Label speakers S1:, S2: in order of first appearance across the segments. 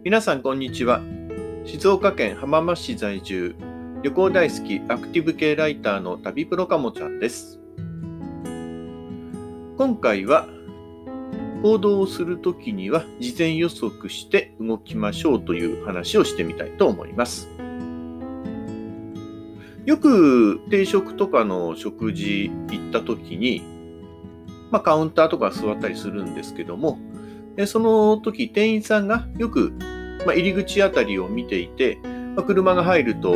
S1: 皆さんこんにちは。静岡県浜松市在住、旅行大好きアクティブ系ライターの旅プロかもちゃんです。今回は行動をするときには事前予測して動きましょうという話をしてみたいと思います。よく定食とかの食事行ったときに、カウンターとか座ったりするんですけども、その時店員さんがよく入り口あたりを見ていて、車が入ると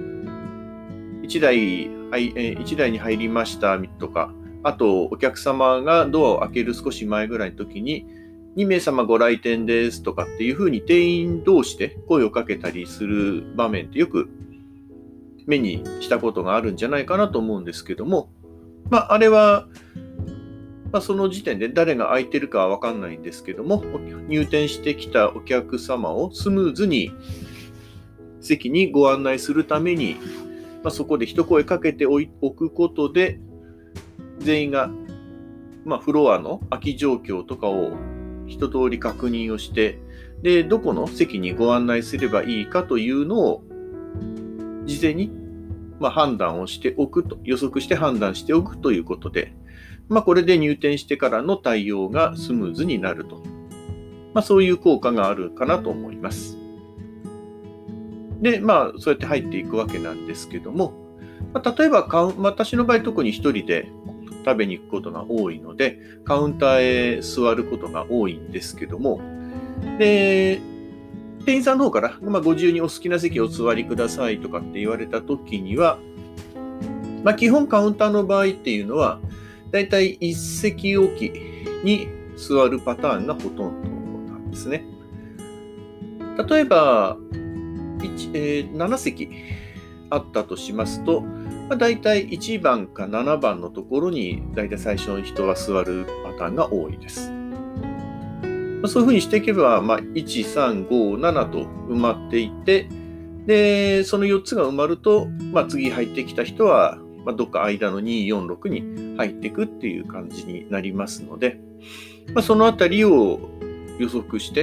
S1: 1台に入りましたとか、あとお客様がドアを開ける少し前ぐらいの時に2名様ご来店ですとかっていうふうに店員同士で声をかけたりする場面ってよく目にしたことがあるんじゃないかなと思うんですけども、あれはその時点で誰が空いてるかは分かんないんですけども、入店してきたお客様をスムーズに席にご案内するために、そこで一声かけておくことで、全員が、フロアの空き状況とかを一通り確認をして、で、どこの席にご案内すればいいかというのを事前に判断をしておくと、予測して判断しておくということで、これで入店してからの対応がスムーズになると。そういう効果があるかなと思います。で、そうやって入っていくわけなんですけども、例えば私の場合特に一人で食べに行くことが多いので、カウンターへ座ることが多いんですけども、で、店員さんの方から、ご自由にお好きな席をお座りくださいとかって言われた時には、基本カウンターの場合っていうのは、だいたい一席おきに座るパターンがほとんどなんですね。例えば、7席あったとしますと、だいたい1番か7番のところにだいたい最初の人は座るパターンが多いです。そういうふうにしていけば、1、3、5、7と埋まっていて、で、その4つが埋まると、次入ってきた人は、どっか間の2、4、6に入っていくっていう感じになりますので、そのあたりを予測して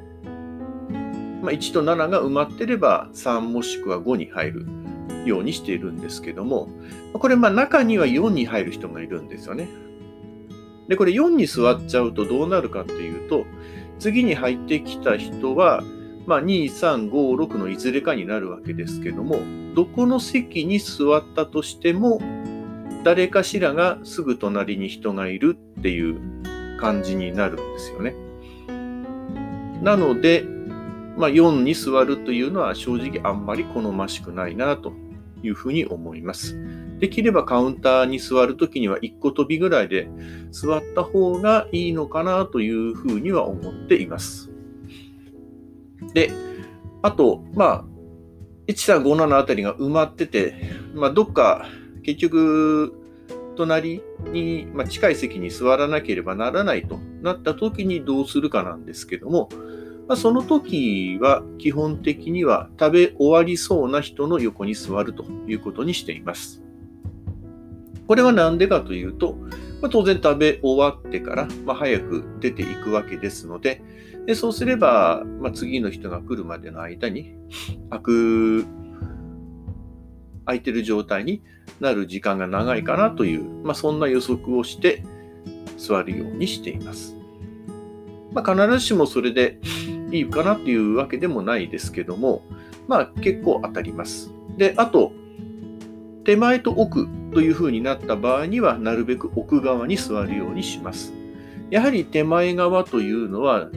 S1: 、1と7が埋まってれば3もしくは5に入るようにしているんですけども、これ中には4に入る人がいるんですよね。で、これ4に座っちゃうとどうなるかっていうと、次に入ってきた人は、2、3、5、6のいずれかになるわけですけども、どこの席に座ったとしても、誰かしらがすぐ隣に人がいるっていう感じになるんですよね。なので、4に座るというのは正直あんまり好ましくないなというふうに思います。できればカウンターに座るときには1個飛びぐらいで座った方がいいのかなというふうには思っています。で、あと、1357あたりが埋まってて、どっか結局隣に、近い席に座らなければならないとなった時にどうするかなんですけども、その時は基本的には食べ終わりそうな人の横に座るということにしています。これは何でかというと、当然食べ終わってから、早く出ていくわけですので、そうすれば、次の人が来るまでの間に空いてる状態になる時間が長いかなという、そんな予測をして座るようにしています。必ずしもそれでいいかなっていうわけでもないですけども、結構当たります。で、あと、手前と奥という風になった場合には、なるべく奥側に座るようにします。やはり手前側というのは、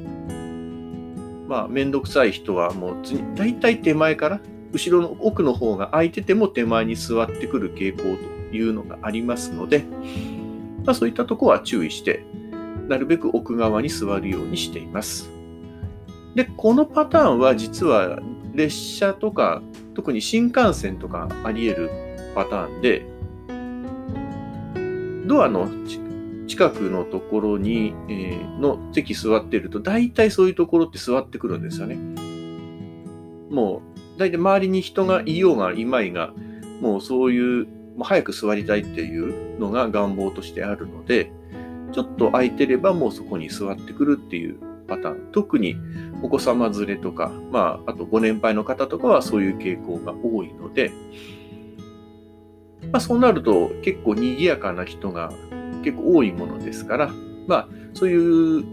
S1: めんどくさい人はもうだいたい手前から後ろの奥の方が空いてても手前に座ってくる傾向というのがありますので、そういったところは注意して、なるべく奥側に座るようにしています。で、このパターンは実は列車とか、特に新幹線とかあり得るパターンで、ドアの近くのところに、の席座っていると、大体そういうところって座ってくるんですよね。もう、大体周りに人がいようがいまいが、もうそういう、早く座りたいっていうのが願望としてあるので、ちょっと空いてればもうそこに座ってくるっていうパターン。特にお子様連れとか、あとご年配の方とかはそういう傾向が多いので、そうなると結構賑やかな人が結構多いものですから、そういう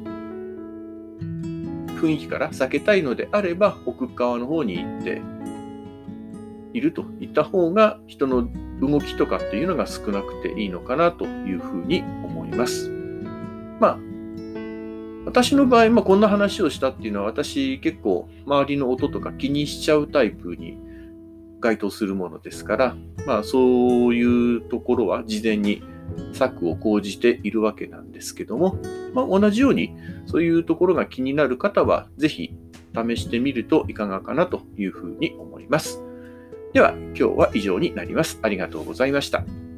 S1: 雰囲気から避けたいのであれば、奥側の方に行っているといった方が人の動きとかっていうのが少なくていいのかなというふうに思います。私の場合、こんな話をしたっていうのは、私結構周りの音とか気にしちゃうタイプに該当するものですから、そういうところは事前に策を講じているわけなんですけども、同じようにそういうところが気になる方は、ぜひ試してみるといかがかなというふうに思います。では、今日は以上になります。ありがとうございました。